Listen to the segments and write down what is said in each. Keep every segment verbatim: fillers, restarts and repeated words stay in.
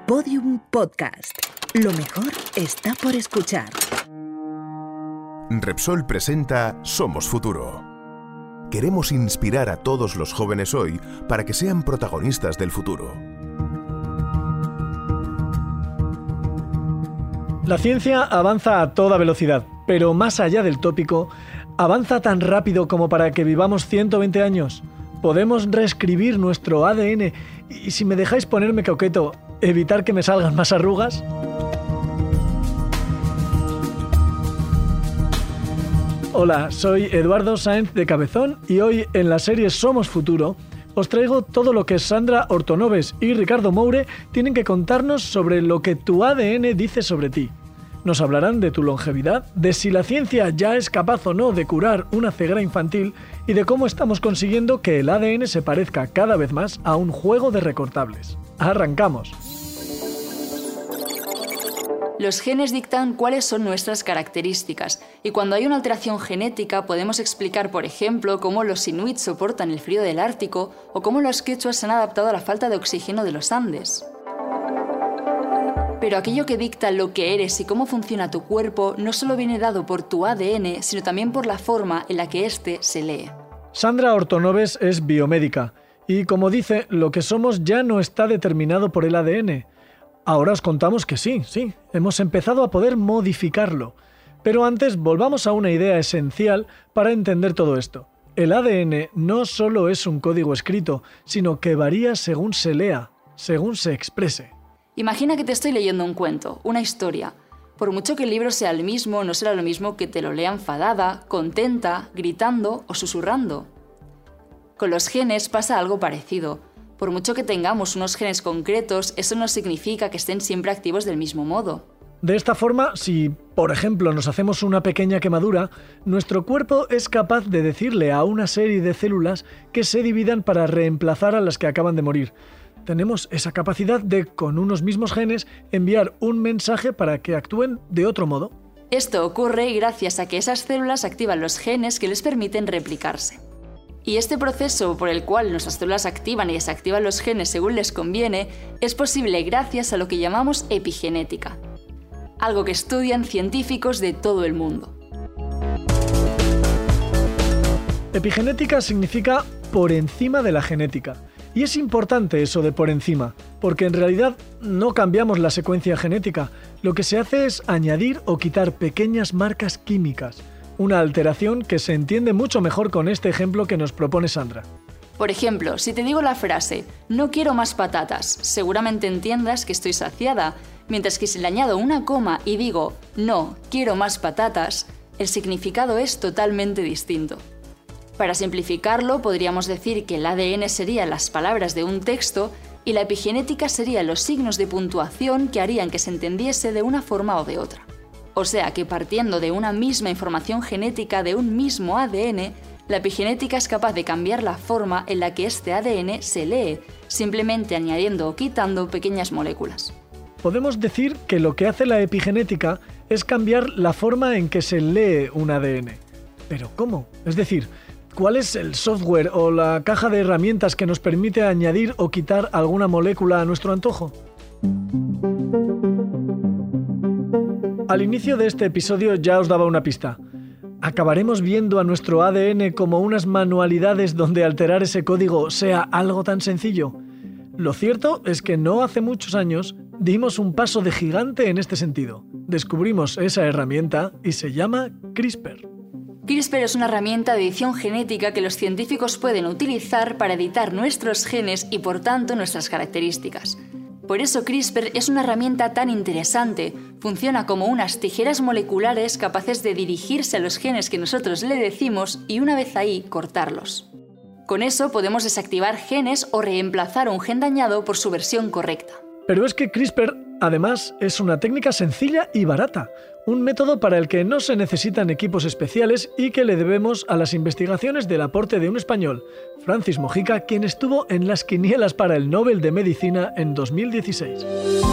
Podium Podcast. Lo mejor está por escuchar. Repsol presenta Somos Futuro. Queremos inspirar a todos los jóvenes hoy para que sean protagonistas del futuro. La ciencia avanza a toda velocidad, pero más allá del tópico, avanza tan rápido como para que vivamos ciento veinte años. Podemos reescribir nuestro A D N y, si me dejáis ponerme coqueto, evitar que me salgan más arrugas. Hola, soy Eduardo Sáenz de Cabezón y hoy en la serie Somos Futuro os traigo todo lo que Sandra Ortonoves y Ricardo Moure tienen que contarnos sobre lo que tu A D N dice sobre ti. Nos hablarán de tu longevidad, de si la ciencia ya es capaz o no de curar una ceguera infantil y de cómo estamos consiguiendo que el A D N se parezca cada vez más a un juego de recortables. ¡Arrancamos! Los genes dictan cuáles son nuestras características y cuando hay una alteración genética podemos explicar, por ejemplo, cómo los inuit soportan el frío del Ártico o cómo los quechuas se han adaptado a la falta de oxígeno de los Andes. Pero aquello que dicta lo que eres y cómo funciona tu cuerpo no solo viene dado por tu A D N, sino también por la forma en la que éste se lee. Sandra Ortonoves es biomédica y, como dice, lo que somos ya no está determinado por el A D N. Ahora os contamos que sí, sí, hemos empezado a poder modificarlo. Pero antes volvamos a una idea esencial para entender todo esto. El A D N no solo es un código escrito, sino que varía según se lea, según se exprese. Imagina que te estoy leyendo un cuento, una historia. Por mucho que el libro sea el mismo, no será lo mismo que te lo lea enfadada, contenta, gritando o susurrando. Con los genes pasa algo parecido. Por mucho que tengamos unos genes concretos, eso no significa que estén siempre activos del mismo modo. De esta forma, si, por ejemplo, nos hacemos una pequeña quemadura, nuestro cuerpo es capaz de decirle a una serie de células que se dividan para reemplazar a las que acaban de morir. Tenemos esa capacidad de, con unos mismos genes, enviar un mensaje para que actúen de otro modo. Esto ocurre gracias a que esas células activan los genes que les permiten replicarse. Y este proceso por el cual nuestras células activan y desactivan los genes según les conviene es posible gracias a lo que llamamos epigenética, algo que estudian científicos de todo el mundo. Epigenética significa por encima de la genética. Y es importante eso de por encima, porque en realidad no cambiamos la secuencia genética. Lo que se hace es añadir o quitar pequeñas marcas químicas. Una alteración que se entiende mucho mejor con este ejemplo que nos propone Sandra. Por ejemplo, si te digo la frase «no quiero más patatas», seguramente entiendas que estoy saciada, mientras que si le añado una coma y digo «no quiero más patatas», el significado es totalmente distinto. Para simplificarlo, podríamos decir que el A D N serían las palabras de un texto y la epigenética serían los signos de puntuación que harían que se entendiese de una forma o de otra. O sea que partiendo de una misma información genética de un mismo A D N, la epigenética es capaz de cambiar la forma en la que este A D N se lee, simplemente añadiendo o quitando pequeñas moléculas. Podemos decir que lo que hace la epigenética es cambiar la forma en que se lee un A D N. ¿Pero cómo? Es decir, ¿cuál es el software o la caja de herramientas que nos permite añadir o quitar alguna molécula a nuestro antojo? Al inicio de este episodio ya os daba una pista. ¿Acabaremos viendo a nuestro A D N como unas manualidades donde alterar ese código sea algo tan sencillo? Lo cierto es que no hace muchos años dimos un paso de gigante en este sentido. Descubrimos esa herramienta y se llama CRISPR. CRISPR es una herramienta de edición genética que los científicos pueden utilizar para editar nuestros genes y por tanto nuestras características. Por eso CRISPR es una herramienta tan interesante. Funciona como unas tijeras moleculares capaces de dirigirse a los genes que nosotros le decimos y una vez ahí cortarlos. Con eso podemos desactivar genes o reemplazar un gen dañado por su versión correcta. Pero es que CRISPR, además, es una técnica sencilla y barata. Un método para el que no se necesitan equipos especiales y que le debemos a las investigaciones del aporte de un español, Francis Mojica, quien estuvo en las quinielas para el Nobel de Medicina en dos mil dieciséis.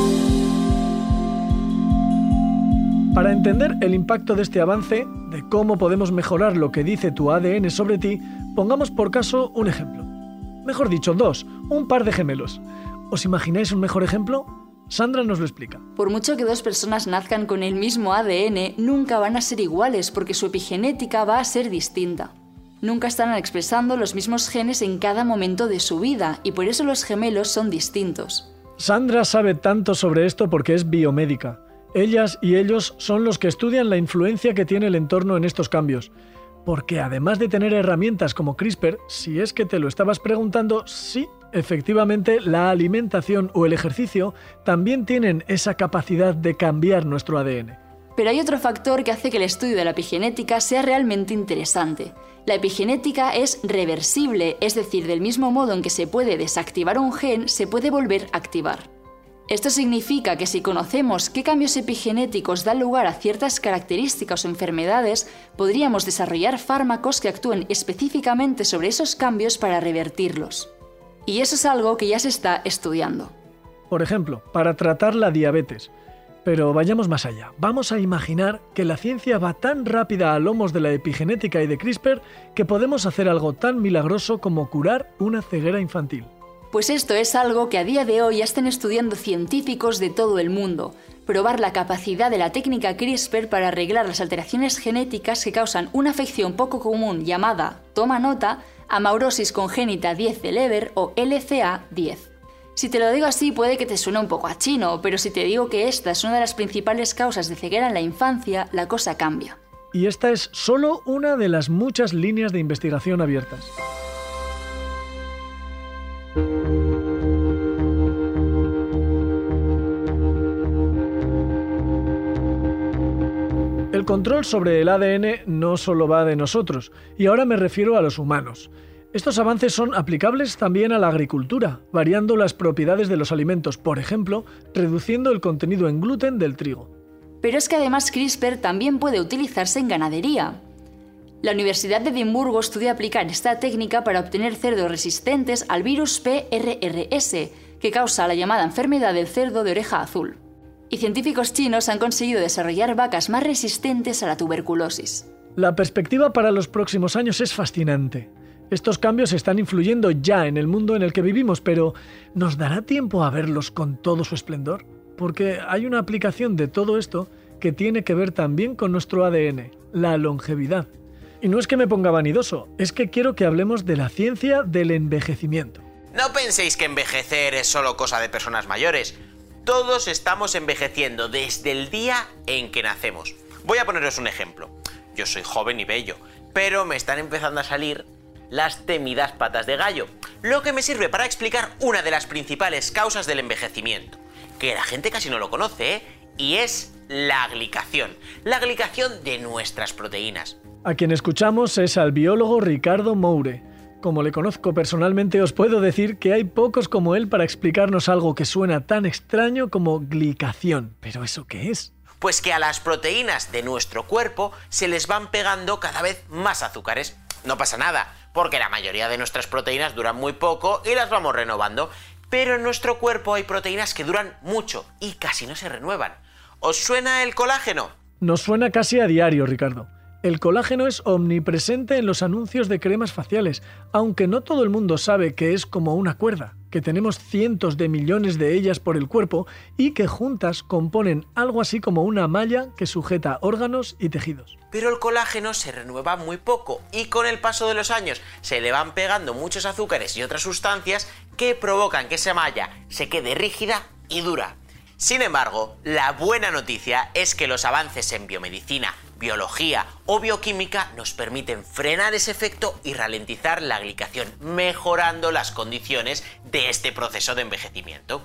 Para entender el impacto de este avance, de cómo podemos mejorar lo que dice tu A D N sobre ti, pongamos por caso un ejemplo. Mejor dicho, dos, un par de gemelos. ¿Os imagináis un mejor ejemplo? Sandra nos lo explica. Por mucho que dos personas nazcan con el mismo A D N, nunca van a ser iguales porque su epigenética va a ser distinta. Nunca estarán expresando los mismos genes en cada momento de su vida y por eso los gemelos son distintos. Sandra sabe tanto sobre esto porque es biomédica. Ellas y ellos son los que estudian la influencia que tiene el entorno en estos cambios. Porque además de tener herramientas como CRISPR, si es que te lo estabas preguntando, sí, efectivamente, la alimentación o el ejercicio también tienen esa capacidad de cambiar nuestro A D N. Pero hay otro factor que hace que el estudio de la epigenética sea realmente interesante. La epigenética es reversible, es decir, del mismo modo en que se puede desactivar un gen, se puede volver a activar. Esto significa que si conocemos qué cambios epigenéticos dan lugar a ciertas características o enfermedades, podríamos desarrollar fármacos que actúen específicamente sobre esos cambios para revertirlos. Y eso es algo que ya se está estudiando. Por ejemplo, para tratar la diabetes. Pero vayamos más allá. Vamos a imaginar que la ciencia va tan rápida a lomos de la epigenética y de CRISPR que podemos hacer algo tan milagroso como curar una ceguera infantil. Pues esto es algo que a día de hoy ya están estudiando científicos de todo el mundo. Probar la capacidad de la técnica CRISPR para arreglar las alteraciones genéticas que causan una afección poco común llamada, toma nota, amaurosis congénita diez de Leber o L C A diez. Si te lo digo así puede que te suene un poco a chino, pero si te digo que esta es una de las principales causas de ceguera en la infancia, la cosa cambia. Y esta es solo una de las muchas líneas de investigación abiertas. El control sobre el A D N no solo va de nosotros, y ahora me refiero a los humanos. Estos avances son aplicables también a la agricultura, variando las propiedades de los alimentos, por ejemplo, reduciendo el contenido en gluten del trigo. Pero es que además CRISPR también puede utilizarse en ganadería. La Universidad de Edimburgo estudia aplicar esta técnica para obtener cerdos resistentes al virus P R R S, que causa la llamada enfermedad del cerdo de oreja azul. Y científicos chinos han conseguido desarrollar vacas más resistentes a la tuberculosis. La perspectiva para los próximos años es fascinante. Estos cambios están influyendo ya en el mundo en el que vivimos, pero ¿nos dará tiempo a verlos con todo su esplendor? Porque hay una aplicación de todo esto que tiene que ver también con nuestro A D N, la longevidad. Y no es que me ponga vanidoso, es que quiero que hablemos de la ciencia del envejecimiento. No penséis que envejecer es solo cosa de personas mayores. Todos estamos envejeciendo desde el día en que nacemos. Voy a poneros un ejemplo. Yo soy joven y bello, pero me están empezando a salir las temidas patas de gallo, lo que me sirve para explicar una de las principales causas del envejecimiento, que la gente casi no lo conoce, ¿eh? Y es la glicación, la glicación de nuestras proteínas. A quien escuchamos es al biólogo Ricardo Moure. Como le conozco personalmente, os puedo decir que hay pocos como él para explicarnos algo que suena tan extraño como glicación. ¿Pero eso qué es? Pues que a las proteínas de nuestro cuerpo se les van pegando cada vez más azúcares. No pasa nada, porque la mayoría de nuestras proteínas duran muy poco y las vamos renovando. Pero en nuestro cuerpo hay proteínas que duran mucho y casi no se renuevan. ¿Os suena el colágeno? Nos suena casi a diario, Ricardo. El colágeno es omnipresente en los anuncios de cremas faciales, aunque no todo el mundo sabe que es como una cuerda, que tenemos cientos de millones de ellas por el cuerpo y que juntas componen algo así como una malla que sujeta órganos y tejidos. Pero el colágeno se renueva muy poco y con el paso de los años se le van pegando muchos azúcares y otras sustancias que provocan que esa malla se quede rígida y dura. Sin embargo, la buena noticia es que los avances en biomedicina, biología o bioquímica nos permiten frenar ese efecto y ralentizar la glicación, mejorando las condiciones de este proceso de envejecimiento.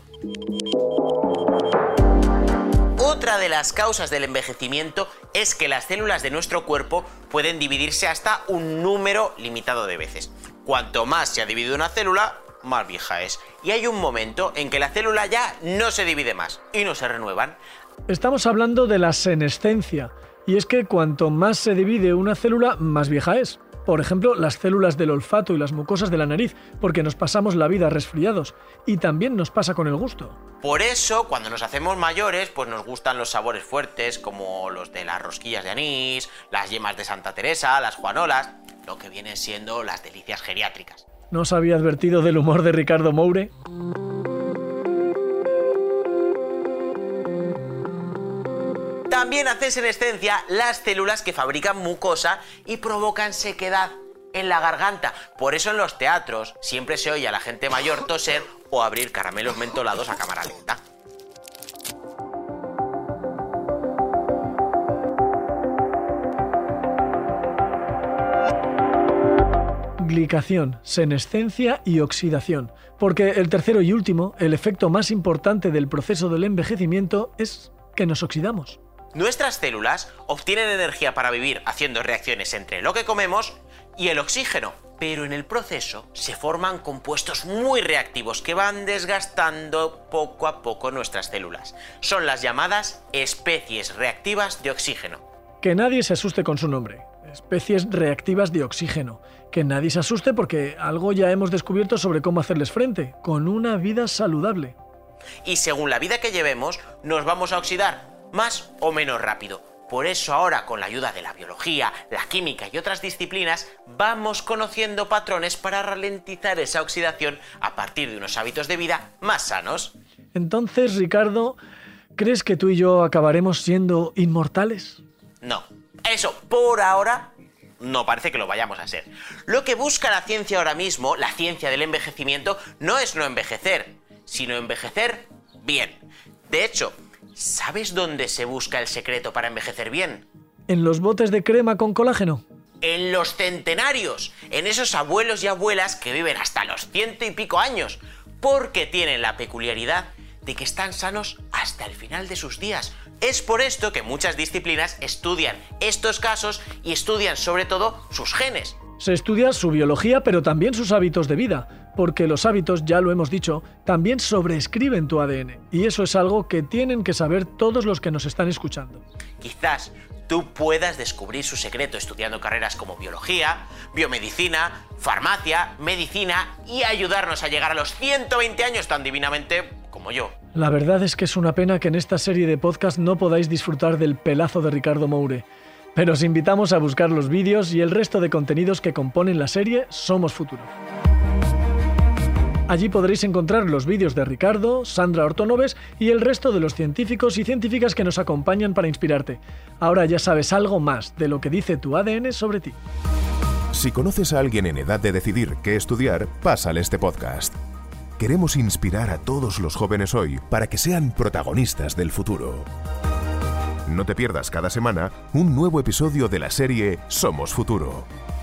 Otra de las causas del envejecimiento es que las células de nuestro cuerpo pueden dividirse hasta un número limitado de veces. Cuanto más se ha dividido una célula, más vieja es. Y hay un momento en que la célula ya no se divide más y no se renuevan. Estamos hablando de la senescencia, y es que cuanto más se divide una célula, más vieja es. Por ejemplo, las células del olfato y las mucosas de la nariz, porque nos pasamos la vida resfriados. Y también nos pasa con el gusto. Por eso, cuando nos hacemos mayores, pues nos gustan los sabores fuertes, como los de las rosquillas de anís, las yemas de Santa Teresa, las juanolas, lo que vienen siendo las delicias geriátricas. ¿No os había advertido del humor de Ricardo Moure? También hacen senescencia las células que fabrican mucosa y provocan sequedad en la garganta. Por eso en los teatros siempre se oye a la gente mayor toser o abrir caramelos mentolados a cámara lenta. Glicación, senescencia y oxidación. Porque el tercero y último, el efecto más importante del proceso del envejecimiento es que nos oxidamos. Nuestras células obtienen energía para vivir haciendo reacciones entre lo que comemos y el oxígeno, pero en el proceso se forman compuestos muy reactivos que van desgastando poco a poco nuestras células. Son las llamadas especies reactivas de oxígeno. Que nadie se asuste con su nombre. Especies reactivas de oxígeno. Que nadie se asuste porque algo ya hemos descubierto sobre cómo hacerles frente, con una vida saludable. Y según la vida que llevemos, nos vamos a oxidar más o menos rápido. Por eso ahora, con la ayuda de la biología, la química y otras disciplinas, vamos conociendo patrones para ralentizar esa oxidación a partir de unos hábitos de vida más sanos. Entonces, Ricardo, ¿crees que tú y yo acabaremos siendo inmortales? No, eso por ahora no parece que lo vayamos a ser. Lo que busca la ciencia ahora mismo, la ciencia del envejecimiento, no es no envejecer, sino envejecer bien. De hecho, ¿sabes dónde se busca el secreto para envejecer bien? ¿En los botes de crema con colágeno? En los centenarios, en esos abuelos y abuelas que viven hasta los ciento y pico años, porque tienen la peculiaridad de que están sanos hasta el final de sus días. Es por esto que muchas disciplinas estudian estos casos y estudian sobre todo sus genes. Se estudia su biología, pero también sus hábitos de vida, porque los hábitos, ya lo hemos dicho, también sobreescriben tu A D N, y eso es algo que tienen que saber todos los que nos están escuchando. Quizás tú puedas descubrir su secreto estudiando carreras como biología, biomedicina, farmacia, medicina y ayudarnos a llegar a los ciento veinte años tan divinamente como yo. La verdad es que es una pena que en esta serie de podcast no podáis disfrutar del pelazo de Ricardo Moure, pero os invitamos a buscar los vídeos y el resto de contenidos que componen la serie Somos Futuro. Allí podréis encontrar los vídeos de Ricardo, Sandra Ortonoves y el resto de los científicos y científicas que nos acompañan para inspirarte. Ahora ya sabes algo más de lo que dice tu A D N sobre ti. Si conoces a alguien en edad de decidir qué estudiar, pásale este podcast. Queremos inspirar a todos los jóvenes hoy para que sean protagonistas del futuro. No te pierdas cada semana un nuevo episodio de la serie Somos Futuro.